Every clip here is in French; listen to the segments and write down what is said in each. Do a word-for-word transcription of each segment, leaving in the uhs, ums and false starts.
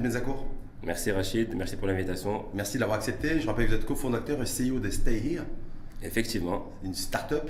Mohamed Benzakour. Merci Rachid, merci pour l'invitation. Merci de l'avoir accepté. Je rappelle que vous êtes cofondateur et C E O de Stay Here. Effectivement. Une start-up,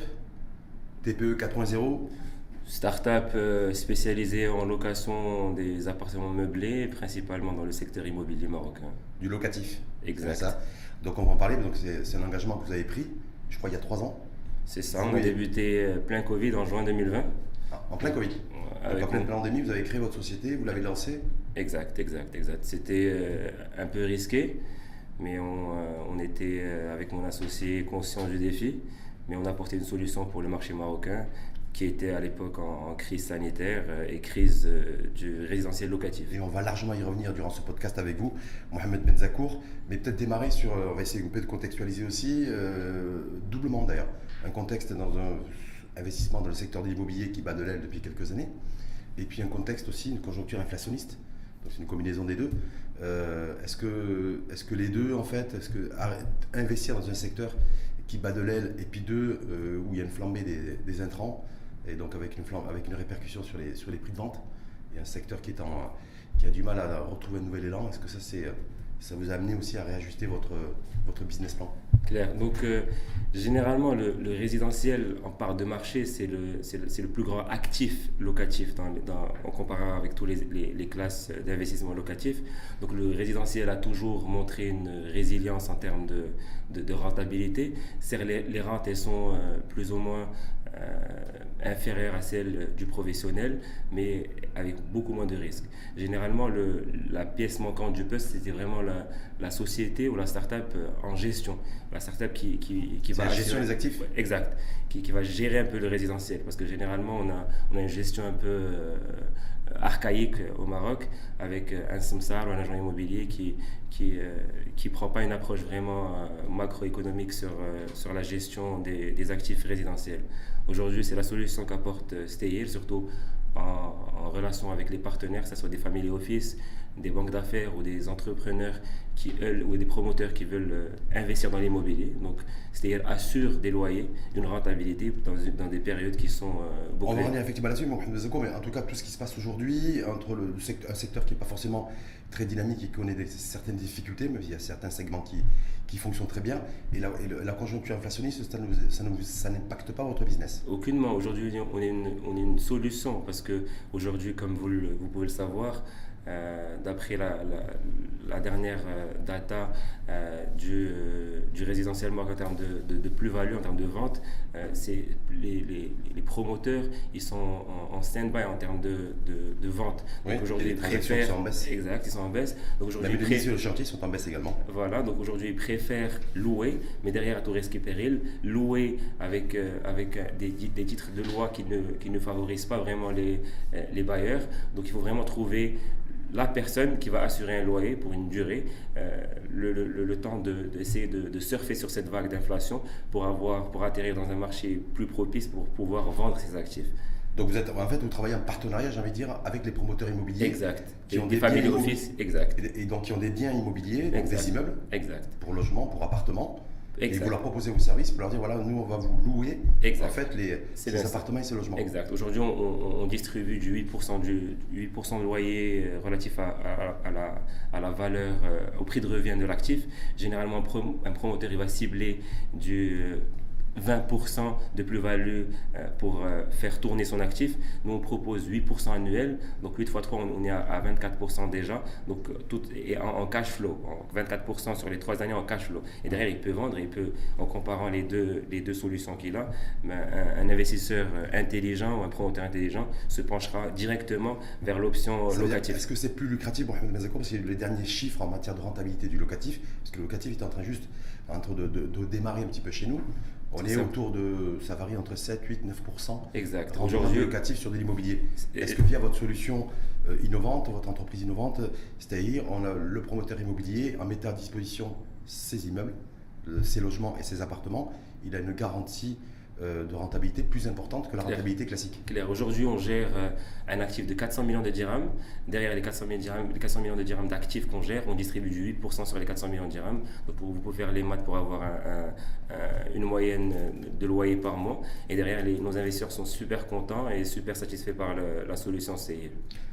T P E quatre point zéro. Start-up euh, spécialisée en location des appartements meublés, principalement dans le secteur immobilier marocain. Du locatif. Exact. C'est ça. Donc on va en parler. Donc c'est, c'est un engagement que vous avez pris, je crois, il y a trois ans. C'est ça, on a débuté plein Covid en juin deux mille vingt. Ah, en plein Covid. Avec Donc, en pleine mon... pandémie, vous avez créé votre société, vous l'avez lancée. Exact, exact, exact. C'était euh, un peu risqué, mais on, euh, on était euh, avec mon associé conscient du défi, mais on a apporté une solution pour le marché marocain qui était à l'époque en, en crise sanitaire euh, et crise euh, du résidentiel locatif. Et on va largement y revenir durant ce podcast avec vous, Mohamed Benzakour, mais peut-être démarrer sur, on va essayer un peu de contextualiser aussi, euh, doublement d'ailleurs, un contexte dans un investissement dans le secteur de l'immobilier qui bat de l'aile depuis quelques années, et puis un contexte aussi, une conjoncture inflationniste, donc c'est une combinaison des deux. Euh, est-ce que, est-ce que les deux, en fait, est-ce que investir dans un secteur qui bat de l'aile, et puis deux, euh, où il y a une flambée des, des intrants, et donc avec une, flambe, avec une répercussion sur les, sur les prix de vente, et un secteur qui, est en, qui a du mal à retrouver un nouvel élan, est-ce que ça, c'est, ça vous a amené aussi à réajuster votre, votre business plan? Clair. Donc, euh, généralement, le, le résidentiel en part de marché, c'est le, c'est le, c'est le plus grand actif locatif dans, dans, en comparant avec toutes les, les, les classes d'investissement locatif. Donc, le résidentiel a toujours montré une résilience en termes de, de, de rentabilité. C'est-à-dire les, les rentes, elles sont euh, plus ou moins euh, inférieures à celles du professionnel, mais avec beaucoup moins de risques. Généralement, le, la pièce manquante du puzzle, c'était vraiment la, la société ou la start-up en gestion. La start-up qui, qui, qui va... la gestion des actifs. Exact. Qui, qui va gérer un peu le résidentiel. Parce que généralement, on a, on a une gestion un peu euh, archaïque au Maroc, avec un samsar ou un agent immobilier qui qui euh, qui prend pas une approche vraiment euh, macroéconomique sur, euh, sur la gestion des, des actifs résidentiels. Aujourd'hui, c'est la solution qu'apporte Stay Here, surtout en, en relation avec les partenaires, que ce soit des family office, des banques d'affaires ou des entrepreneurs qui, eux, ou des promoteurs qui veulent euh, investir dans l'immobilier. Donc, c'est-à-dire assure des loyers, une rentabilité dans, dans des périodes qui sont euh, beaucoup. On va revenir effectivement là-dessus, mais en tout cas, tout ce qui se passe aujourd'hui, entre le secteur, un secteur qui n'est pas forcément très dynamique et qui connaît des, certaines difficultés, mais il y a certains segments qui, qui fonctionnent très bien, et la, et le, la conjoncture inflationniste, ça, ne, ça, ne, ça n'impacte pas votre business? Aucunement. Aujourd'hui, on est une, on est une solution, parce qu'aujourd'hui, comme vous, le, vous pouvez le savoir, Euh, d'après la, la, la dernière euh, data euh, du, euh, du résidentiel en termes de, de, de plus-value, en termes de vente, euh, c'est les, les, les promoteurs, ils sont en, en stand-by en termes de, de, de vente. Oui, donc aujourd'hui, les transactions sont en baisse. Exact, ils sont en baisse. Donc aujourd'hui, les prix sur le chantier sont en baisse également. Voilà, donc aujourd'hui, ils préfèrent louer, mais derrière, à tout risque et péril, louer avec, euh, avec des, des titres de loi qui ne, qui ne favorisent pas vraiment les, les bailleurs. Donc il faut vraiment trouver la personne qui va assurer un loyer pour une durée, euh, le, le, le temps de, d'essayer de, de surfer sur cette vague d'inflation pour, avoir, pour atterrir dans un marché plus propice pour pouvoir vendre ses actifs. Donc vous êtes, en fait, vous travaillez en partenariat, j'ai envie de dire, avec les promoteurs immobiliers. Exact. Qui et ont des, des family biens office, exact. Et, et donc qui ont des biens immobiliers, donc des immeubles, exact. Pour logement, pour appartement. Exact. Et vous leur proposez vos services pour leur dire voilà, nous on va vous louer exact. en fait les, les appartements et ces logements. Exact. Aujourd'hui, on, on, on distribue du huit pour cent du huit pour cent de loyer relatif à, à, à, la, à la valeur, euh, au prix de revient de l'actif. Généralement, un, prom- un promoteur il va cibler du vingt pour cent de plus-value euh, pour euh, faire tourner son actif. Nous, on propose huit pour cent annuel. Donc huit fois trois, on, on est à, à vingt-quatre pour cent déjà. Donc tout est en, en cash flow. vingt-quatre pour cent sur les trois années en cash flow. Et derrière, il peut vendre. Il peut, en comparant les deux, les deux solutions qu'il a, un, un investisseur intelligent ou un promoteur intelligent se penchera directement vers l'option locative. Est-ce que c'est plus lucratif, Mohamed Benzakour, parce que les derniers chiffres en matière de rentabilité du locatif, parce que le locatif est en train juste en train de, de, de démarrer un petit peu chez nous. On est, est autour de, ça varie entre sept, huit, neuf pour cent exact. Aujourd'hui, locatif sur de l'immobilier. Est-ce que via votre solution euh, innovante, votre entreprise innovante, c'est-à-dire on a le promoteur immobilier en mettant à disposition ses immeubles, ses logements et ses appartements, il a une garantie euh, de rentabilité plus importante que la Claire. rentabilité classique. Claire. Aujourd'hui, on gère euh, un actif de quatre cents millions de dirhams. Derrière les quatre cents millions de dirhams d'actifs qu'on gère, on distribue du huit pour cent sur les quatre cents millions de dirhams. Donc, vous pouvez faire les maths pour avoir un, un, un, une moyenne de loyer par mois. Et derrière, les, nos investisseurs sont super contents et super satisfaits par le, la solution C I.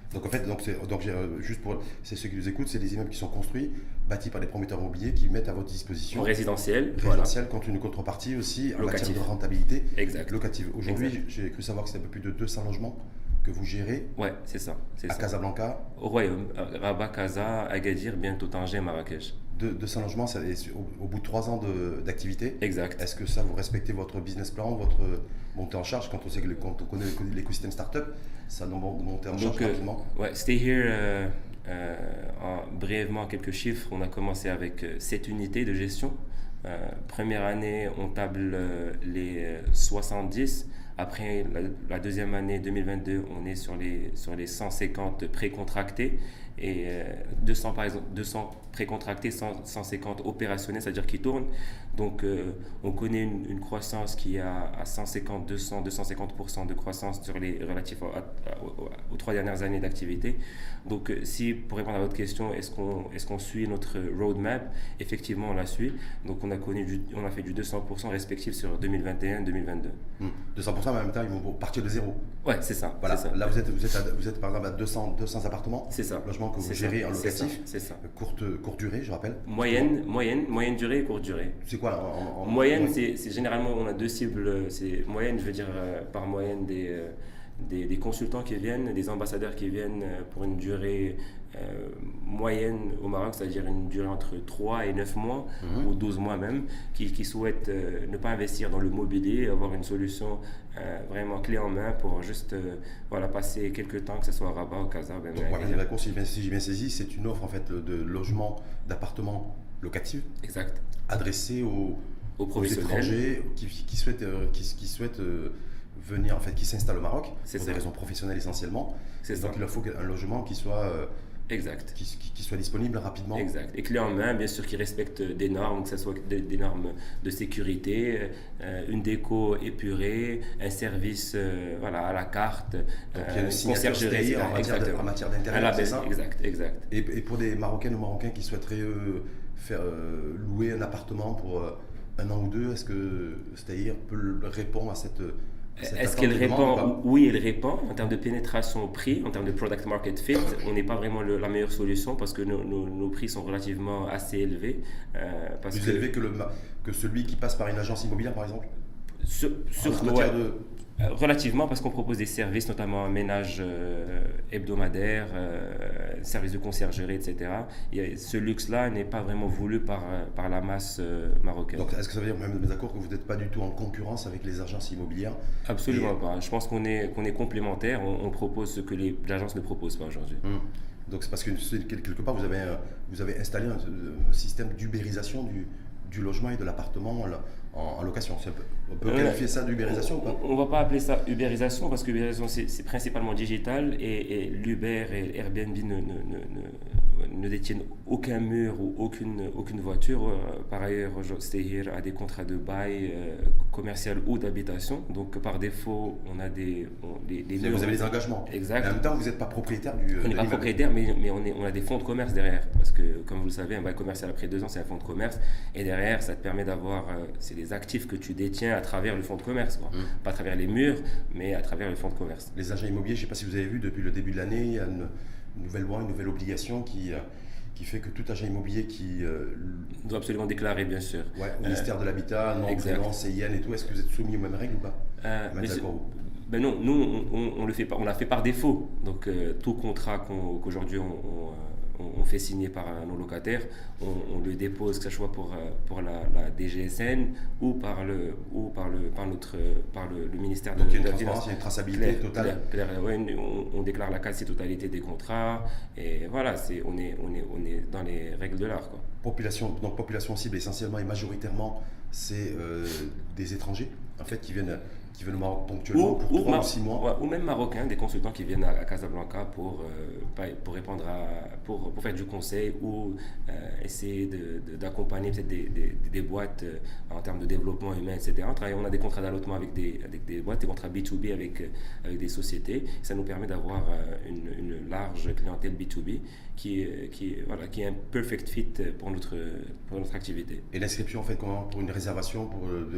Donc en fait, donc c'est, donc j'ai, euh, juste pour c'est ceux qui nous écoutent, c'est des immeubles qui sont construits, bâtis par des promoteurs immobiliers qui mettent à votre disposition. Résidentiel. Résidentiel voilà. Contre une contrepartie aussi en locative. matière de rentabilité exact. locative. Aujourd'hui, j'ai cru savoir que c'est un peu plus de deux cents logements que vous gérez. Ouais, c'est ça. C'est à ça. Casablanca. Au Royaume, Rabat, Casa, Agadir, bientôt Tanger, Marrakech. De, deux cents logements, c'est au, au bout de trois ans de, d'activité. Exact. Est-ce que ça, vous respectez votre business plan, votre montée en charge quand on sait que le, quand on connaît l'écosystème startup, ça doit monter en Donc, charge euh, rapidement. Ouais, stay here. Euh, euh, en, brièvement, quelques chiffres. On a commencé avec sept unités de gestion. Euh, première année, on table euh, les soixante-dix. Après la, la deuxième année deux mille vingt-deux, on est sur les, sur les cent cinquante précontractés et euh, deux cents par exemple, deux cents précontractés, cent, cent cinquante opérationnels, c'est-à-dire qui tournent. Donc euh, on connaît une, une croissance qui est à, à cent cinquante, deux cents, deux cent cinquante pour cent de croissance sur les relatifs à, à, aux, aux trois dernières années d'activité. Donc euh, si, pour répondre à votre question, est-ce qu'on, est-ce qu'on suit notre roadmap? Effectivement, on la suit. Donc on a, connu du, on a fait du deux cents pour cent respectif sur deux mille vingt et un deux mille vingt-deux. Mmh. deux cents pour cent, mais en même temps, ils vont partir de zéro. Ouais, c'est ça. Voilà. C'est ça. Là, vous êtes, vous, êtes à, vous êtes par exemple à deux cents, deux cents appartements. C'est ça. Logements que vous c'est gérez ça. en locatif. C'est ça. Courte, courte durée, je rappelle. Moyenne, moyenne, moyenne durée et courte durée. C'est quoi en, en, moyenne, en... c'est, c'est généralement, on a deux cibles. C'est moyenne, je veux dire, euh, par moyenne des, euh, des, des consultants qui viennent, des ambassadeurs qui viennent euh, pour une durée euh, moyenne au Maroc, c'est-à-dire une durée entre trois et neuf mois, mm-hmm. ou douze mois même, qui, qui souhaitent euh, ne pas investir dans le mobilier, avoir une solution euh, vraiment clé en main pour juste euh, voilà, passer quelques temps, que ce soit à Rabat ou Casa. Ben, Donc, ouais, d'accord, si, si j'ai bien saisi, c'est une offre en fait de logement, d'appartements locatifs. Exact. Adressée aux, aux professionnels aux étrangers qui, qui souhaitent, euh, qui, qui souhaitent euh, venir, en fait, qui s'installent au Maroc c'est pour ça. Des raisons professionnelles essentiellement. C'est donc ça. Il leur faut un logement qui soit euh, exact. Qui, qui, qui soit disponible rapidement. Exact. Et clé en main, bien sûr, qui respecte des normes, que ce soit des, des normes de sécurité, euh, une déco épurée, un service euh, voilà, à la carte, donc, euh, il y a une conciergerie en matière, de, en matière d'intérieur, c'est ça? Exact, exact. Et, et pour des Marocaines ou Marocains qui souhaiteraient euh, faire, euh, louer un appartement pour euh, un an ou deux, est-ce que Stayir peut répondre à cette... Est-ce qu'elle répond? Oui, elle répond. En termes de pénétration au prix, en termes de product market fit, on n'est pas vraiment le, la meilleure solution parce que nos, nos, nos prix sont relativement assez élevés. Euh, parce Plus que, élevés que, le, que celui qui passe par une agence immobilière, par exemple? Sur, sur en matière de... Relativement, parce qu'on propose des services, notamment un ménage euh, hebdomadaire, euh, services de conciergerie, et cetera. Et ce luxe-là n'est pas vraiment voulu par, par la masse euh, marocaine. Donc, est-ce que ça veut dire, même d'accord, que vous n'êtes pas du tout en concurrence avec les agences immobilières? Absolument et... pas. Je pense qu'on est, qu'on est complémentaires. On, on propose ce que les, l'agence ne propose pas aujourd'hui. Hum. Donc, c'est parce que quelque part, vous avez, vous avez installé un, un système d'ubérisation du, du logement et de l'appartement en, en location. On peut qualifier ça d'ubérisation ou pas? On ne va pas appeler ça ubérisation parce que l'ubérisation c'est, c'est principalement digital et, et l'Uber et Airbnb ne, ne, ne, ne détiennent aucun mur ou aucune, aucune voiture. Par ailleurs, Stayir a des contrats de bail euh, commercial ou d'habitation. Donc par défaut, on a des, on, des, des murs. Vous avez des engagements. Exact. Mais en même temps, vous n'êtes pas propriétaire du. On n'est pas propriétaire, mais, mais on, est, on a des fonds de commerce derrière. Parce que, comme vous le savez, un bail commercial après deux ans, c'est un fonds de commerce. Et derrière, ça te permet d'avoir. Euh, c'est des actifs que tu détiens à travers le fonds de commerce. Quoi. Mmh. Pas à travers les murs, mais à travers le fonds de commerce. Les agents immobiliers, je ne sais pas si vous avez vu, depuis le début de l'année, il y a une, une nouvelle loi, une nouvelle obligation qui. Euh, qui fait que tout agent immobilier qui... Euh, doit absolument déclarer, bien sûr. Ouais, au ministère euh, de l'Habitat, nom, prénom, C I N et tout, est-ce que vous êtes soumis aux mêmes règles ou pas? euh, ben non, nous, on, on, on le fait pas, on l'a fait par défaut. Donc, euh, tout contrat qu'on, qu'aujourd'hui, on, on, on fait signer par nos locataires, on, on le dépose, que ce soit pour, pour la, la D G S N ou par, le, ou par, le, par, notre, par le, le ministère de, Donc, il y a une de transparence, il y a une traçabilité claire, totale. Claire, claire, ouais, on, on déclare la quasi-totalité des contrats et voilà, c'est, on, est, on, est, on est dans les règles de l'art, quoi. Population, donc population cible essentiellement et majoritairement, c'est euh, des étrangers en fait qui viennent, qui viennent au Maroc ponctuellement ou, pour trois ou six mois. Ouais, ou même marocains, des consultants qui viennent à, à Casablanca pour, euh, pour répondre à, pour, pour faire du conseil ou euh, essayer de, de, d'accompagner peut-être des, des, des boîtes euh, en termes de développement humain, et cetera. On a des contrats d'allotement avec des, avec des boîtes, des contrats B deux B avec, avec des sociétés. Ça nous permet d'avoir euh, une, une large clientèle B deux B qui, qui, voilà, qui est un perfect fit pour notre, pour notre activité. Et l'inscription, en fait, comment, pour une réservation pour, de,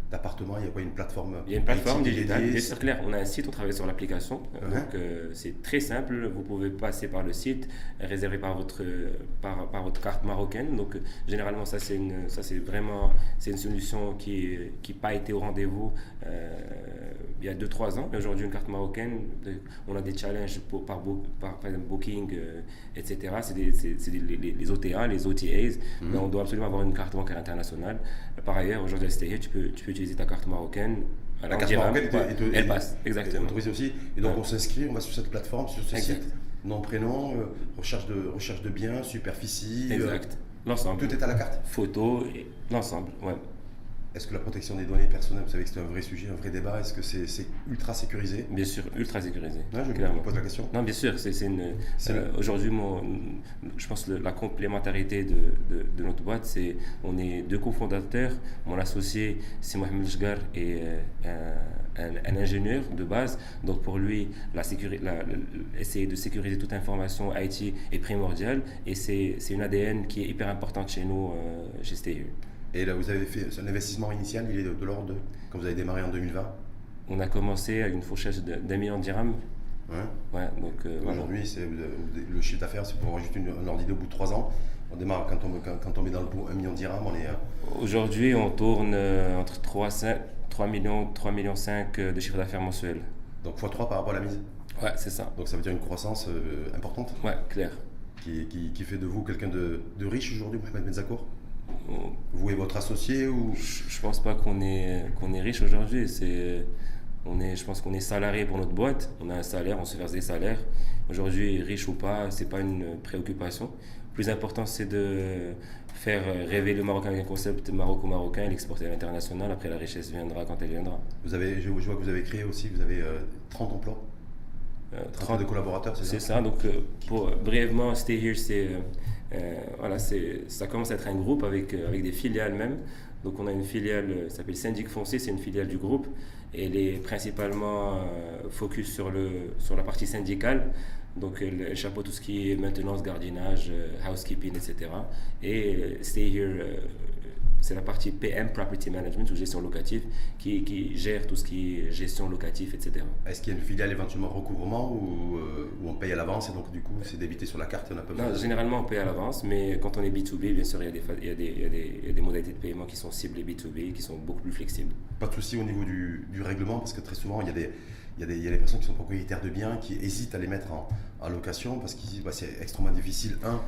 d'appartements, il y a quoi, une plateforme Il y a une plateforme I T digitale, dédiée? c'est clair. On a un site, on travaille sur l'application. Uh-huh. Donc euh, c'est très simple. Vous pouvez passer par le site, réservé par votre, par, par votre carte marocaine. Donc euh, généralement, ça c'est une, ça c'est vraiment, c'est une solution qui qui pas été au rendez-vous euh, il y a deux trois ans. Mais aujourd'hui, une carte marocaine, on a des challenges pour, par, par, par exemple Booking, euh, et cetera. C'est, des, c'est, c'est des, les, les O T A, les O T As. Mm-hmm. Mais on doit absolument avoir une carte bancaire internationale. Par ailleurs, aujourd'hui à Stay Here, tu peux, tu peux utiliser ta carte marocaine. La carte marocaine, ouais, est, est, elle passe, exactement. Autorisée aussi. Et donc ouais. on s'inscrit, on va sur cette plateforme, sur ce exact. site, nom, prénom, euh, recherche, de, recherche de biens, superficie. Exact. Euh, l'ensemble. Tout est à la carte. Photo, et l'ensemble, ouais. Est-ce que la protection des données personnelles, vous savez que c'est un vrai sujet, un vrai débat, est-ce que c'est, c'est ultra sécurisé? Bien sûr, ultra sécurisé. Non, je me pose la question. Non, bien sûr, c'est, c'est une. C'est euh, aujourd'hui, mon, je pense que la complémentarité de, de, de notre boîte, c'est on est deux cofondateurs. Mon associé, c'est Mohamed Jgar, et euh, un, un, un ingénieur de base. Donc pour lui, la sécurité, la, la, essayer de sécuriser toute information I T est primordial, et c'est, c'est une A D N qui est hyper importante chez nous, euh, chez Stay Here. Et là, vous avez fait un investissement initial, il est de, de l'ordre de, quand vous avez démarré en deux mille vingt? On a commencé avec une fourchette d'un million de dirhams. Ouais. Ouais, donc, euh, aujourd'hui, c'est, le chiffre d'affaires, c'est pour avoir juste une, un ordre d'idée au bout de trois ans. On démarre, quand on, quand, quand on met dans le bout un million de dirhams, on est... Euh... Aujourd'hui, on tourne euh, entre trois millions, trois millions cinq de chiffre d'affaires mensuel. Donc fois trois par rapport à la mise? Ouais, c'est ça. Donc ça veut dire une croissance euh, importante? Ouais, clair. Qui, qui, qui fait de vous quelqu'un de, de riche aujourd'hui, Mohamed Benzakour? Vous et votre associé ou... Je, je pense pas qu'on est, qu'on est riche aujourd'hui. C'est, on est, je pense qu'on est salarié pour notre boîte. On a un salaire, on se verse des salaires. Aujourd'hui, riche ou pas, c'est pas une préoccupation. Le plus important, c'est de faire rêver le Marocain avec un concept maroco-marocain et l'exporter à l'international. Après, la richesse viendra quand elle viendra. Vous avez, je, je vois que vous avez créé aussi, vous avez euh, trente emplois, euh, trente de collaborateurs, c'est ça? C'est ça. Donc, euh, pour, brièvement, Stay Here, c'est... Euh, Euh, voilà, c'est, ça commence à être un groupe avec, euh, avec des filiales même. Donc on a une filiale qui euh, s'appelle Syndic Foncé, c'est une filiale du groupe. Et elle est principalement euh, focus sur, le, sur la partie syndicale. Donc elle, elle chapeaute tout ce qui est maintenance, gardiennage, euh, housekeeping, et cetera. Et euh, Stay Here, euh, c'est la partie P M, Property Management, ou gestion locative, qui, qui gère tout ce qui est gestion locative, et cetera. Est-ce qu'il y a une filiale éventuellement recouvrement ou euh, où on paye à l'avance et donc du coup c'est débité sur la carte et on a pas besoin? Non, généralement on paye à l'avance, mais quand on est B deux B, bien sûr, il y a des, il y a des, il y a des, il y a des modalités de paiement qui sont ciblées B deux B, qui sont beaucoup plus flexibles. Pas de souci au niveau du, du règlement, parce que très souvent il y a des... Il y, a des, il y a des personnes qui sont propriétaires de biens qui hésitent à les mettre en, en location parce qu'ils disent bah, c'est extrêmement difficile, un,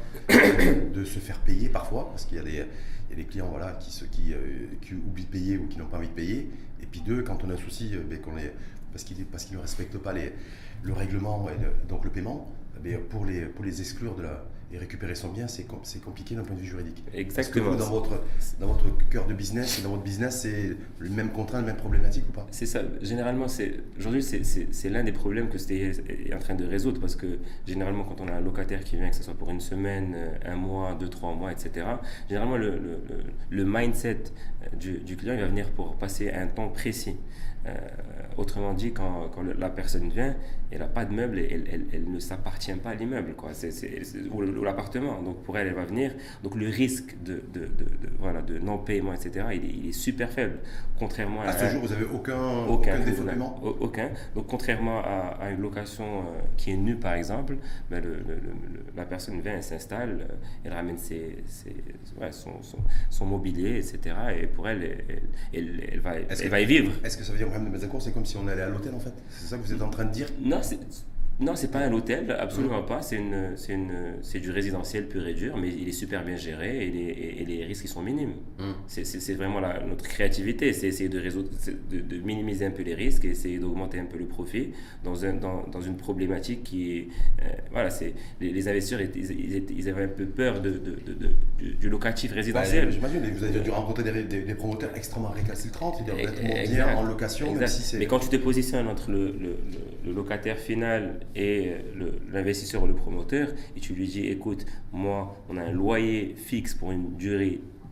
de se faire payer parfois, parce qu'il y a des, il y a des clients voilà, qui, se, qui, euh, qui oublient de payer ou qui n'ont pas envie de payer. Et puis deux, quand on a un souci, euh, ben, qu'on les, parce qu'ils parce qu'ils ne respectent pas les, le règlement et le, donc le paiement, ben, pour, les, pour les exclure de la, et récupérer son bien, c'est, com- c'est compliqué d'un point de vue juridique. Exactement. Est-ce que vous, dans votre, dans votre cœur de business, et dans votre business, c'est le même contraint, la même problématique ou pas? C'est ça. Généralement, c'est, aujourd'hui, c'est, c'est, c'est l'un des problèmes que Stay est en train de résoudre, parce que généralement, quand on a un locataire qui vient, que ce soit pour une semaine, un mois, deux, trois mois, et cetera, généralement, le, le, le mindset du, du client, il va venir pour passer un temps précis. Euh, autrement dit, quand, quand la personne vient, elle n'a pas de meuble et elle, elle, elle ne s'appartient pas à l'immeuble, quoi. C'est, c'est, c'est, ou, ou l'appartement. Donc pour elle, elle va venir. Donc le risque de, de, de, de, voilà, de non-paiement, et cetera, il est, il est super faible. Contrairement à, à ce jour, vous n'avez aucun, aucun, aucun défaut de paiement? Aucun. Donc contrairement à, à une location euh, qui est nue, par exemple, ben, le, le, le, la personne vient, elle s'installe, elle ramène ses, ses, ouais, son, son, son mobilier, et cetera. Et pour elle, elle, elle, elle, va, elle que, va y vivre. Est-ce que ça veut dire, Mohamed Benzakour, c'est comme si on allait à l'hôtel en fait? C'est ça que vous êtes en train de dire? Non, c'est... Non, c'est pas un hôtel, absolument mmh. pas. C'est, une, c'est, une, c'est du résidentiel pur et dur, mais il est super bien géré et les, et les risques ils sont minimes. Mmh. C'est, c'est, c'est vraiment la, notre créativité, c'est essayer de, résoudre, de, de minimiser un peu les risques et essayer d'augmenter un peu le profit dans, un, dans, dans une problématique qui est... Euh, voilà, c'est, les, les investisseurs, ils, ils, ils avaient un peu peur de, de, de, de, du, du locatif résidentiel. Bah, j'imagine, vous avez dû rencontrer des, des, des promoteurs extrêmement récalcitrants, c'est-à-dire d'être bien en location, même si c'est... Mais quand tu te positionnes entre le, le, le, le locataire final et le, l'investisseur ou le promoteur, et tu lui dis, écoute, moi, on a un loyer fixe pour une durée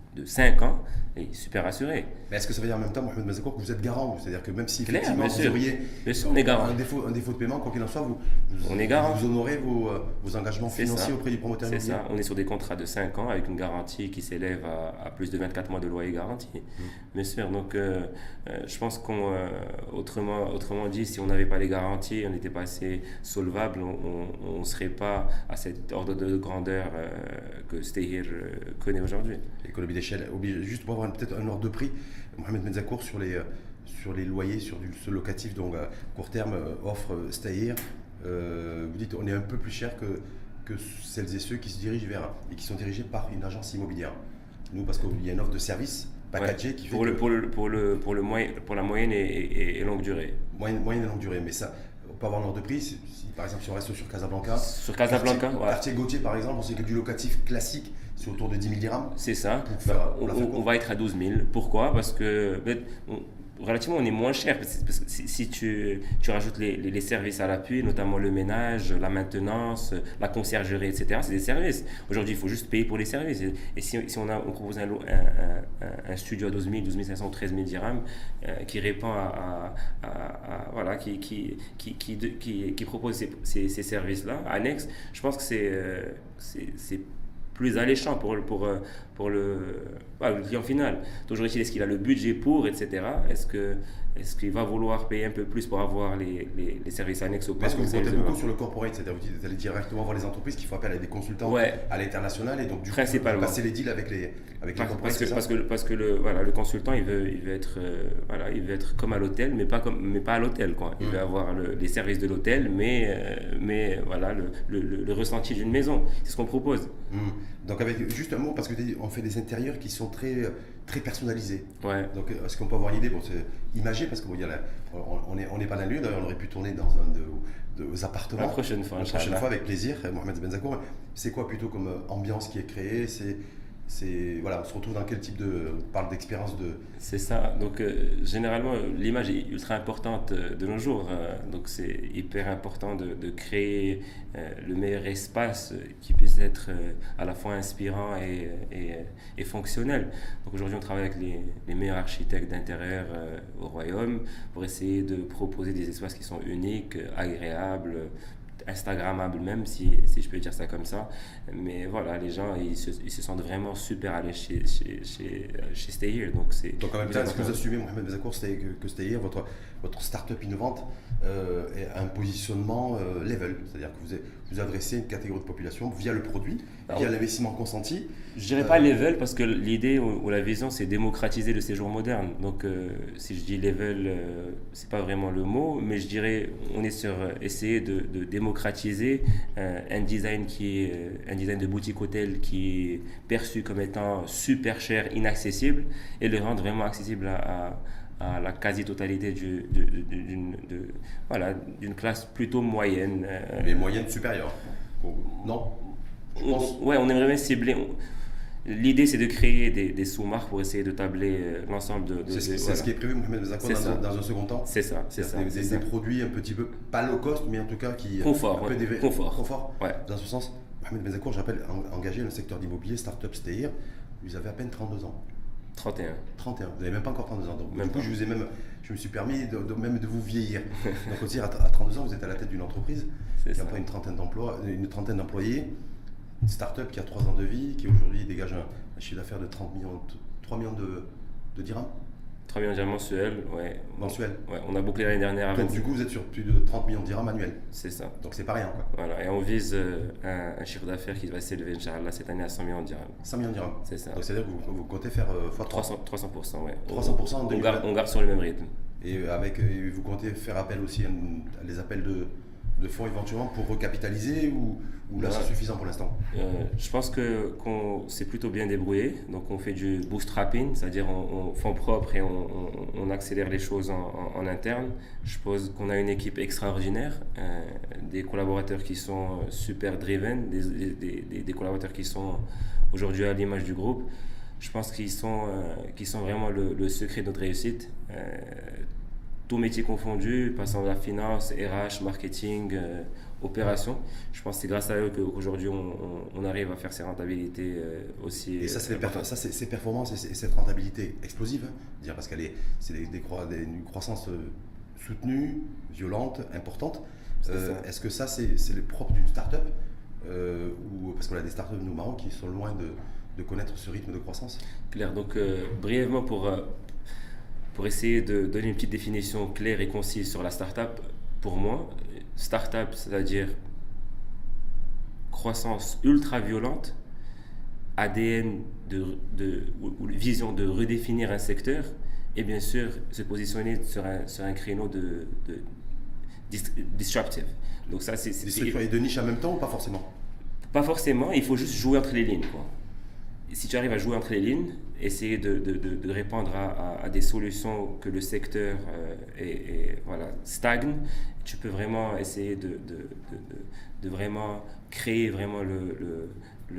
de cinq ans est super rassuré. Mais est-ce que ça veut dire en même temps, Mohamed Benzakour, que vous êtes garant? C'est-à-dire que même si Claire, effectivement bien vous sûr. auriez Bien sûr, on est garant. un, défaut, un défaut de paiement, quoi qu'il en soit, vous, vous, On est garant. vous honorez vos, euh, vos engagements C'est financiers ça. auprès du promoteur C'est immobilier? ça, on est sur des contrats de cinq ans avec une garantie qui s'élève à, à plus de vingt-quatre mois de loyer garanti. Mmh. Bien sûr, donc euh, euh, je pense qu'on, euh, autrement, autrement dit, si on n'avait pas les garanties, on n'était pas assez solvable, on ne serait pas à cet ordre de grandeur euh, que Stay Here euh, connaît aujourd'hui. Économie d'échelle, obligé- juste pour avoir peut-être un ordre de prix, Mohamed Benzakour, sur les, euh, sur les loyers, sur du ce locatif, donc à court terme, euh, offre euh, Stay Here, euh, vous dites on est un peu plus cher que, que celles et ceux qui se dirigent vers, et qui sont dirigés par une agence immobilière. Nous, parce qu'il y a une offre de service packagée Ouais. qui fait pour, le, que- pour, le, pour, le, pour, le moyen, pour la moyenne et, et, et longue durée. moyenne, moyenne et longue durée, mais ça, on peut avoir un ordre de prix, si, si, par exemple si on reste sur Casablanca, Sur Casablanca, quartier, ouais. quartier Gauthier par exemple, on sait que du locatif classique, c'est autour de dix mille dirhams. C'est ça. Pour faire- Bah, pour on, la faire on- courte. on va être à douze mille. Pourquoi? Parce que ben, on- relativement, on est moins cher. Parce que parce que si, si tu, tu rajoutes les, les- les services à l'appui, notamment le ménage, la maintenance, la conciergerie, et cetera, c'est des services. Aujourd'hui, il faut juste payer pour les services. Et, et si, si on, a, on propose un, lo- un, un- un studio à douze mille, douze mille cinq cents ou treize mille dirhams euh, qui répond à, à- à- à- voilà, qui, qui, qui, qui, de- qui- qui propose ces, ces- ces services-là, annexes, je pense que c'est euh, c'est- c'est plus alléchant pour, le- pour, euh, pour le, voilà, le client final. Toujours est-il, est-ce qu'il a le budget pour, et cetera. Est-ce que, est-ce qu'il va vouloir payer un peu plus pour avoir les, les, les services annexes au Mais est-ce que vous Ça, comptez ils beaucoup vont- sur le corporate, c'est-à-dire vous dites, vous allez directement voir les entreprises qui font appel à des consultants Ouais. à l'international et donc du coup Principalement. vous passez les deals avec les, avec les Parce, corporates, parce que, c'est ça parce que, parce que le, voilà, le consultant, il veut, il veut, être, euh, voilà, il veut être comme à l'hôtel, mais pas, comme, mais pas à l'hôtel, quoi. Il Mm. veut avoir le- les services de l'hôtel, mais, euh, mais voilà, le, le, le- le ressenti d'une maison. C'est ce qu'on propose. Hmm. Donc avec juste un mot, parce qu'on fait des intérieurs qui sont très, très personnalisés. Ouais. Donc est-ce qu'on peut avoir l'idée, bon, c'est imagé, parce qu'on on n'est on est pas dans le lieu, d'ailleurs on aurait pu tourner dans un de, de, aux appartements. La prochaine fois, La prochaine Inch'Allah. fois avec plaisir, Mohamed Benzakour. C'est quoi plutôt comme ambiance qui est créée? C'est, c'est, voilà, on se retrouve dans quel type de... On parle d'expérience de... C'est ça. Donc, euh, généralement, l'image est ultra importante euh, de nos jours. euh, donc, c'est hyper important de, de créer euh, le meilleur espace euh, qui puisse être euh, à la fois inspirant et, et, et fonctionnel. Donc, aujourd'hui, on travaille avec les, les meilleurs architectes d'intérieur euh, au royaume pour essayer de proposer des espaces qui sont uniques, agréables, Instagrammable même, si, si je peux dire ça comme ça. Mais voilà, les gens, ils se, ils se sentent vraiment super à l'aise chez, chez, chez, chez Stay Here. Donc, c'est Donc en même temps, est-ce que vous assumez, Mohamed Benzakour, que, que Stay Here, votre, votre start-up innovante, euh, a un positionnement euh, level, c'est-à-dire que vous, avez, vous adressez une catégorie de population via le produit, Alors, via l'investissement consenti. Je dirais pas level parce que l'idée ou, ou la vision c'est démocratiser le séjour moderne. Donc euh, si je dis level, euh, c'est pas vraiment le mot, mais je dirais on est sur euh, essayer de, de démocratiser euh, un design qui est euh, un design de boutique hôtel qui est perçu comme étant super cher, inaccessible, et le rendre vraiment accessible à, à, à la quasi-totalité du, du- du- d'une de, voilà, d'une classe plutôt moyenne. euh, Mais moyenne supérieure. Non je on- pense. ouais, on aimerait bien cibler. on- L'idée, c'est de créer des, des sous-marques pour essayer de tabler euh, l'ensemble de. de- C'est ce, de- c'est voilà. ce qui est prévu, Mohamed Benzakour, C'est ça. dans, dans un second temps. C'est ça, c'est ça. Des, des- c'est des ça. produits un petit peu, pas low cost, mais en tout cas qui. Confort, un peu ouais. d'éve- Confort. Confort. Ouais. Dans ce sens, Mohamed Benzakour, j'appelle en- engagé dans le secteur d'immobilier, start-up Stay Here. Vous avez à peine trente-deux ans. trente et un. trente et un, vous n'avez même pas encore trente-deux ans. Donc, Même du coup, pas. je vous ai même, je me suis permis de, de- même de vous vieillir. Donc, aussi, à, à trente-deux ans, vous êtes à la tête d'une entreprise C'est qui a ça. pas une trentaine d'emplois, une trentaine d'employés, une start-up qui a trois ans de vie, qui aujourd'hui dégage un, un chiffre d'affaires de trente millions, trois millions de, de dirhams trois millions de dirhams mensuels, ouais. mensuels. Ouais, on a bouclé l'année dernière avec. Donc, du coup, vous êtes sur plus de trente millions de dirhams annuels. C'est ça. Donc, c'est pas rien, quoi. Voilà. Et on vise euh, un, un chiffre d'affaires qui va s'élever, Inch'Allah, cette année à cent millions de dirhams. cinq millions de dirhams. C'est ça. Donc, c'est-à-dire que vous, vous comptez faire euh, fois trois. trois cents, trois cents pour cent, ouais. trois cents pour cent en on, deux mille vingt. garde, on garde sur le même rythme. Et, avec, et vous comptez faire appel aussi à, une- à des appels de, de fonds éventuellement pour recapitaliser ou, ou là, Ouais. c'est suffisant pour l'instant? Euh, je pense que qu'on s'est plutôt bien débrouillé. Donc on fait du bootstrapping, c'est-à-dire on, on fonds propres et on, on, on accélère les choses en, en, en interne. Je pense qu'on a une équipe extraordinaire, euh, des collaborateurs qui sont super driven, des, des, des, des collaborateurs qui sont aujourd'hui à l'image du groupe. Je pense qu'ils sont, euh, qu'ils sont vraiment le, le secret de notre réussite. Euh, tout métier confondu, passant de la finance, R H, marketing, euh, opération. Je pense que c'est grâce à eux qu'aujourd'hui on, on, on arrive à faire ces rentabilités euh, aussi. Et ça, c'est les perf- ça, c'est ces performances et, c'est, et cette rentabilité explosive, hein, dire parce qu'elle est, c'est des, des, croi- des, une croissance soutenue, violente, importante. Euh, est-ce que ça, c'est, c'est le propre d'une start-up euh, ou parce qu'on a des start-up nous Maroc qui sont loin de, de connaître ce rythme de croissance? Claire. Donc euh, brièvement pour euh, pour essayer de donner une petite définition claire et concise sur la start-up, pour moi, start-up, c'est-à-dire croissance ultra violente, A D N de, de, ou, ou vision de redéfinir un secteur et bien sûr se positionner sur un, sur un créneau de, de disruptive. Donc ça, c'est, c'est, disruptive et de niche en même temps ou pas forcément? Pas forcément, il faut juste jouer entre les lignes, quoi. Si tu arrives à jouer entre les lignes, essayer de, de, de, de répondre à, à, à des solutions que le secteur euh, est, est, voilà, stagne, tu peux vraiment essayer de, de, de, de, de vraiment créer vraiment le, le,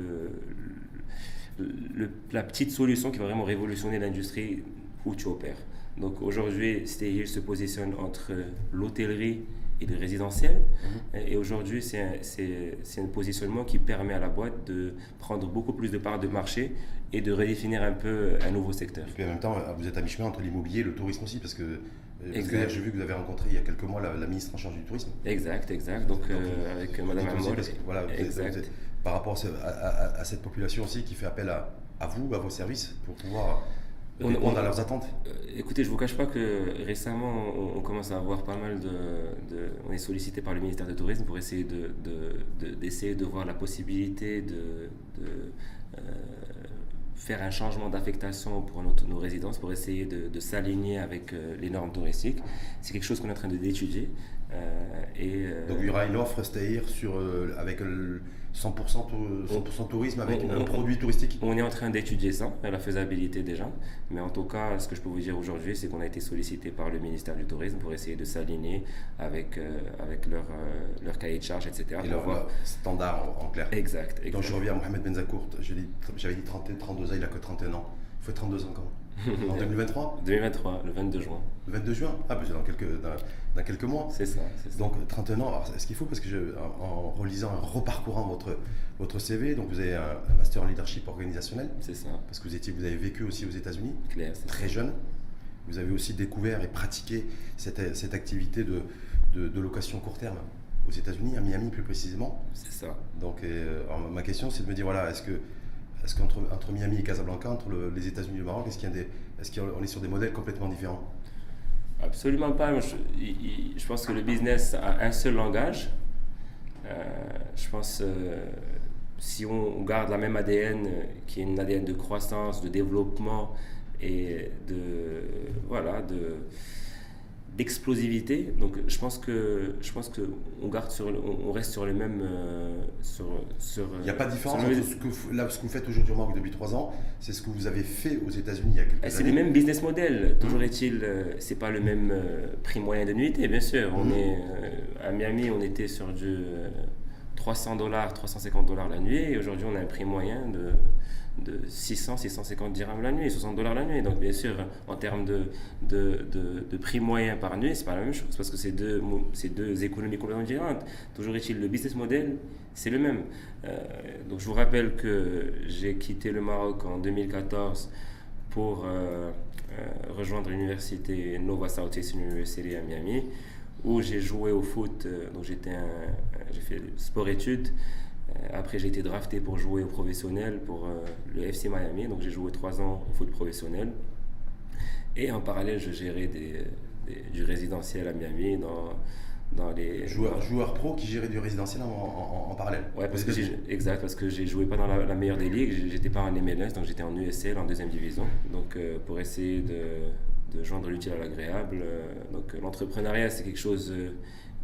le, le, la petite solution qui va vraiment révolutionner l'industrie où tu opères. Donc aujourd'hui, Stay Here se positionne entre l'hôtellerie et le résidentiel. Mmh. Et aujourd'hui, c'est un, c'est, c'est un positionnement qui permet à la boîte de prendre beaucoup plus de parts de marché et de redéfinir un peu un nouveau secteur. Et puis en même temps, vous êtes à mi-chemin entre l'immobilier et le tourisme aussi, parce que, parce que j'ai vu que vous avez rencontré il y a quelques mois la, la ministre en charge du tourisme. Exact, exact. Donc, Donc euh, avec Madame Amol. Voilà, exact. Vous êtes, par rapport à, à, à cette population aussi qui fait appel à, à vous, à vos services, pour pouvoir répondre on, on, à leurs attentes. Euh, écoutez, je ne vous cache pas que récemment, on, on commence à avoir pas mal de, de... On est sollicité par le ministère du Tourisme pour essayer de, de, de, d'essayer de voir la possibilité de, de euh, faire un changement d'affectation pour nos, nos résidences, pour essayer de, de s'aligner avec euh, les normes touristiques. C'est quelque chose qu'on est en train d'étudier. Euh, et, euh, Donc il y aura une offre Stay Here sur, euh, avec le cent pour cent, cent pour cent tourisme avec on, un on, produit touristique. On est en train d'étudier ça, la faisabilité déjà. Mais en tout cas, ce que je peux vous dire aujourd'hui, c'est qu'on a été sollicité par le ministère du Tourisme pour essayer de s'aligner avec, euh, avec leur, euh, leur cahier de charge, et cetera. Et leur, leur standard en, en clair. Exact, exact. Donc je reviens à Mohamed Benzakour. J'avais dit trente, trente-deux ans, il n'a que trente et un ans. Il faut trente-deux ans quand? En deux mille vingt-trois deux mille vingt-trois, le vingt-deux juin. Le vingt-deux juin? Ah, ben c'est dans quelques, dans, dans quelques mois. C'est ça, c'est ça. Donc trente et un ans, alors est-ce qu'il faut, parce que je, en, en relisant, en reparcourant votre, votre C V, donc vous avez un, un master en leadership organisationnel. C'est ça. Parce que vous, étiez, vous avez vécu aussi aux États-Unis, Claire, c'est très ça. jeune. Vous avez aussi découvert et pratiqué cette, cette activité de, de, de location court terme aux États-Unis, à Miami plus précisément. C'est ça. Donc euh, ma question, c'est de me dire, voilà, est-ce que Est-ce qu'entre entre Miami et Casablanca, entre le, les États-Unis et le Maroc, est-ce qu'il y a des, est-ce qu'on est sur des modèles complètement différents? Absolument pas. Je, je pense que le business a un seul langage. Euh, je pense euh, si on garde la même A D N, qui est une A D N de croissance, de développement et de voilà de d'explosivité. Donc je pense que je pense que on garde sur on, on reste sur le même euh, sur sur. Il n'y a pas de différence entre ce que vous, là, ce que vous faites aujourd'hui au Maroc depuis trois ans, c'est ce que vous avez fait aux États-Unis il y a quelques années. C'est les mêmes business models. Toujours mmh. est-il, euh, c'est pas le même euh, prix moyen de nuitée, bien sûr. On mmh. est euh, à Miami, on était sur du euh, trois cents dollars, trois cent cinquante dollars la nuit, et aujourd'hui on a un prix moyen de de six cents, six cent cinquante dirhams la nuit, soixante dollars la nuit. Donc bien sûr, en termes de, de, de, de prix moyen par nuit, c'est pas la même chose parce que c'est deux, c'est deux économies complètement différentes. Toujours est-il, le business model, c'est le même. Euh, donc je vous rappelle que j'ai quitté le Maroc en deux mille quatorze pour euh, euh, rejoindre l'université Nova Southeastern University à Miami, où j'ai joué au foot. Euh, donc j'étais un, j'ai fait sport-études. Après, j'ai été drafté pour jouer au professionnel pour euh, le F C Miami. Donc, j'ai joué trois ans au foot professionnel. Et en parallèle, je gérais des, des, du résidentiel à Miami dans, dans les... Joueur, dans... joueur pro qui gérait du résidentiel en, en, en parallèle. Ouais, parce que j'ai, exact, parce que je ne jouais pas dans la, la meilleure des ligues. J'étais pas en M L S, donc j'étais en U S L, en deuxième division. Donc, euh, pour essayer de, de joindre l'utile à l'agréable. Euh, donc, euh, l'entrepreneuriat, c'est quelque chose euh,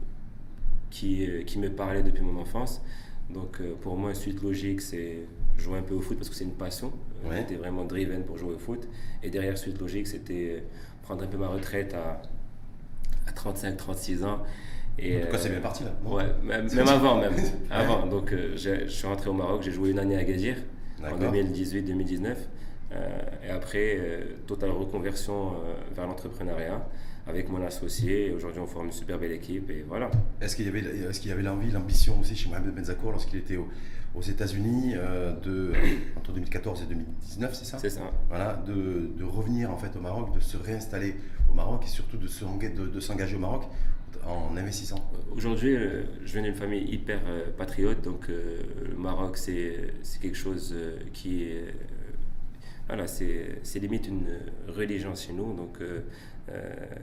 qui, euh, qui me parlait depuis mon enfance. Donc euh, pour moi, une suite logique, c'est jouer un peu au foot parce que c'est une passion. Ouais. J'étais vraiment driven pour jouer au foot. Et derrière, suite logique, c'était prendre un peu ma retraite à, à trente-cinq trente-six ans. Et, en tout cas, euh, c'est bien parti là. Ouais, même, même avant, même. avant. Donc euh, je suis rentré au Maroc, j'ai joué une année à Agadir en deux mille dix-huit deux mille dix-neuf. Euh, et après, euh, totale reconversion euh, vers l'entrepreneuriat. avec mon associé. Aujourd'hui, on forme une super belle équipe et voilà. Est-ce qu'il y avait, est-ce qu'il y avait l'envie, l'ambition aussi chez Mohamed Benzakour lorsqu'il était au, aux États-Unis euh, de, entre deux mille quatorze et deux mille dix-neuf, c'est ça? C'est ça. Voilà, de, de revenir en fait au Maroc, de se réinstaller au Maroc et surtout de, se, de, de s'engager au Maroc en investissant. Aujourd'hui, euh, je viens d'une famille hyper euh, patriote, donc euh, le Maroc, c'est, c'est quelque chose euh, qui est. Euh, voilà, c'est, c'est limite une religion chez nous. Donc, euh, euh,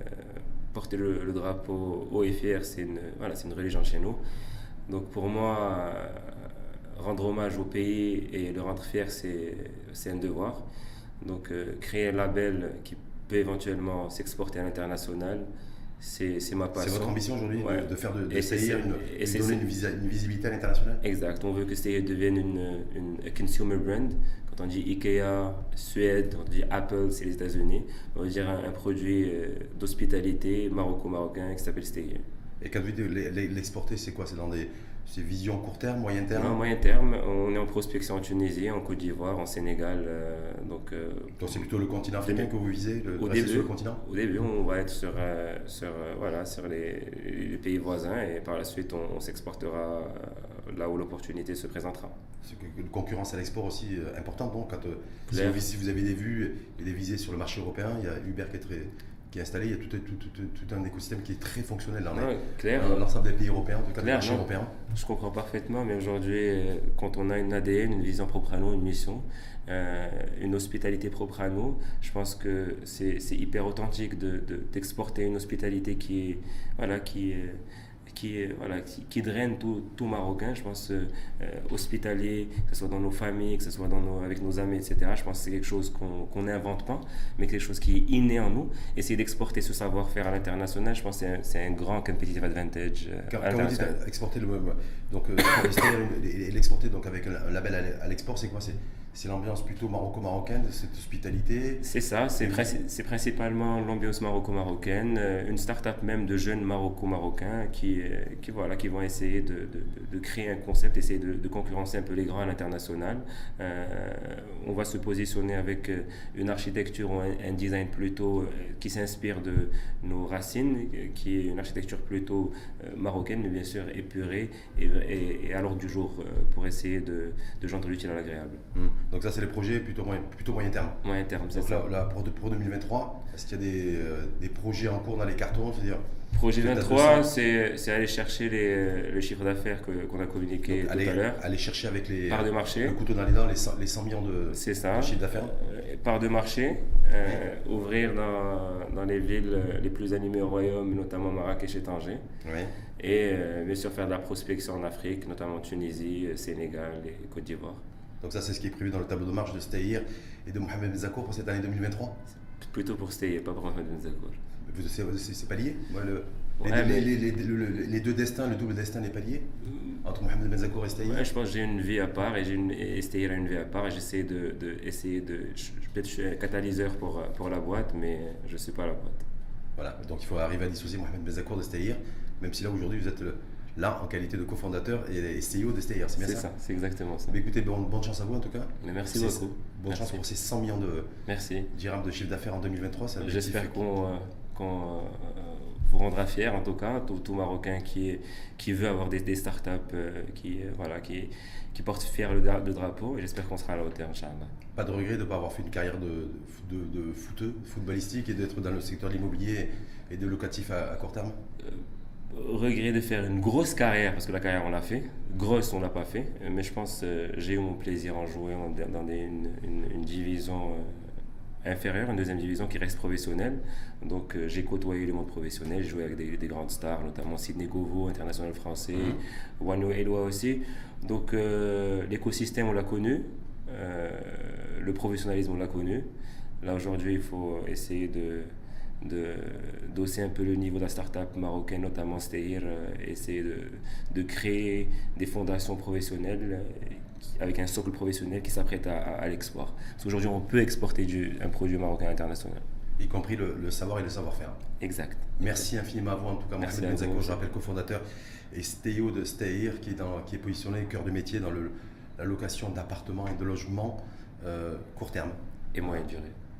porter le, le drapeau haut et fier, c'est une, voilà, c'est une religion chez nous. Donc, pour moi, euh, rendre hommage au pays et le rendre fier, c'est, c'est un devoir. Donc, euh, créer un label qui peut éventuellement s'exporter à l'international. C'est, c'est ma passion. C'est votre ambition aujourd'hui, ouais. de, de faire de, de Steyr une, et de donner une, visa, une visibilité à l'international? Exact. On veut que Steyr devienne une, une une consumer brand. Quand on dit Ikea, Suède, on dit Apple, c'est les États-Unis. On veut dire un, un produit d'hospitalité maroco-marocain qui s'appelle Steyr. Et quand vous dites l'exporter, c'est quoi? C'est dans des c'est vision court terme, moyen terme? Non, moyen terme. On est en prospection en Tunisie, en Côte d'Ivoire, en Sénégal. Euh, donc, euh, donc c'est plutôt le continent africain que vous visez, le, au début, sur le continent? Au début, on va être sur, euh, sur, euh, voilà, sur les, les pays voisins et par la suite, on, on s'exportera euh, là où l'opportunité se présentera. C'est une concurrence à l'export aussi euh, importante. Donc, quand, euh, si, vous, si vous avez des vues et des visées sur le marché européen, il y a Uber qui est très... qui est installé, il y a tout, tout, tout, tout un écosystème qui est très fonctionnel dans, ouais, clair, dans l'ensemble des pays européens, en tout cas clair, des marchés européens. Je comprends parfaitement, mais aujourd'hui, quand on a une A D N, une vision propre à nous, une mission, euh, une hospitalité propre à nous, je pense que c'est, c'est hyper authentique de, de, d'exporter une hospitalité qui est, voilà, qui est, qui, voilà, qui, qui draine tout, tout Marocain, je pense, euh, hospitalier, que ce soit dans nos familles, que ce soit dans nos, avec nos amis, et cetera. Je pense que c'est quelque chose qu'on qu'on n'invente pas, mais quelque chose qui est inné en nous. Essayer d'exporter ce savoir-faire à l'international, je pense que c'est un, c'est un grand competitive advantage. Euh, quand, quand vous dites exporter le donc euh, l'exporter donc avec un label à l'export, c'est quoi? C'est C'est l'ambiance plutôt maroco-marocaine de cette hospitalité? C'est ça, c'est, princi- c'est principalement l'ambiance maroco-marocaine, euh, une start-up même de jeunes maroco-marocains qui, euh, qui, voilà, qui vont essayer de, de, de créer un concept, essayer de, de concurrencer un peu les grands à l'international. Euh, on va se positionner avec une architecture ou un, un design plutôt euh, qui s'inspire de nos racines, qui est une architecture plutôt euh, marocaine, mais bien sûr épurée et, et, et à l'ordre du jour euh, pour essayer de, de joindre l'utile à l'agréable. Mmh. Donc ça, c'est les projets plutôt moyen, plutôt moyen terme. Moyen terme, c'est Donc ça. Là, là, pour, pour deux mille vingt-trois, est-ce qu'il y a des, euh, des projets en cours dans les cartons? C'est-à-dire, projet vingt-trois, c'est, c'est aller chercher les, le chiffre d'affaires que, qu'on a communiqué donc, tout aller, à l'heure. Aller chercher avec les parts de marché. Le couteau dans les dents, les cent, les cent millions de, c'est ça. de chiffre d'affaires. Euh, parts de marché, euh, oui. Ouvrir dans, dans les villes les plus animées au royaume, notamment Marrakech et Tanger. Oui. Et euh, bien sûr faire de la prospection en Afrique, notamment Tunisie, Sénégal et Côte d'Ivoire. Donc ça, c'est ce qui est prévu dans le tableau de marche de Steyr et de Mohamed Benzakour pour cette année deux mille vingt-trois? C'est plutôt pour Steyr, pas pour Mohamed Benzakour. C'est, c'est, c'est pas lié? Ouais, le, ouais, les, les, les, les, les deux destins, le double destin n'est pas lié entre Mohamed Benzakour et Steyr? Ouais, je pense que j'ai une vie à part et, j'ai une, et Steyr a une vie à part et j'essaie de, de, essayer de, je, peut-être je suis un catalyseur pour, pour la boîte, mais je ne suis pas la boîte. Voilà, donc il faut arriver à dissocier Mohamed Benzakour de Steyr, même si là aujourd'hui vous êtes le, là en qualité de cofondateur et C E O de Steyr, c'est bien c'est ça? ça, c'est exactement ça. Mais écoutez, bonne, bonne chance à vous en tout cas. Mais merci c'est, beaucoup. Bonne merci. chance pour ces cent millions de merci. dirhams de chiffre d'affaires en deux mille vingt-trois. Ça J'espère qu'on, euh, qu'on euh, vous rendra fiers en tout cas, tout, tout Marocain qui, est, qui veut avoir des, des startups euh, qui, euh, voilà, qui, qui portent fier le, le drapeau et j'espère qu'on sera à la hauteur, Inch'Allah. Pas de regret de ne pas avoir fait une carrière de, de, de footeux, footballistique et d'être dans le secteur de l'immobilier et de locatif à, à court terme? euh, Regret de faire une grosse carrière, parce que la carrière on l'a fait, grosse on l'a pas fait, mais je pense que euh, j'ai eu mon plaisir en jouer dans des, une, une, une division euh, inférieure, une deuxième division qui reste professionnelle. Donc euh, j'ai côtoyé le monde professionnel, j'ai joué avec des, des grandes stars, notamment Sidney Govou, international français, mmh. Wano Elwa aussi. Donc euh, l'écosystème on l'a connu, euh, le professionnalisme on l'a connu. Là aujourd'hui il faut essayer de de d'hausser un peu le niveau de la start-up marocaine, notamment Steyr, euh, essayer de, de créer des fondations professionnelles euh, qui, avec un socle professionnel qui s'apprête à, à, à l'export. Parce qu'aujourd'hui, on peut exporter du, un produit marocain international. Y compris le, le savoir et le savoir-faire. Exact. Merci infiniment à vous, en tout cas, Mohamed Benzakour, je rappelle cofondateur et C E O de Steyr, qui est, dans, qui est positionné au cœur de métier dans le, la location d'appartements et de logements euh, court terme. Et moyenne durée.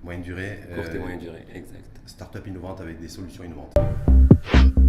moyenne durée. Courte et euh, moyenne durée, exact. Start-up innovante avec des solutions innovantes.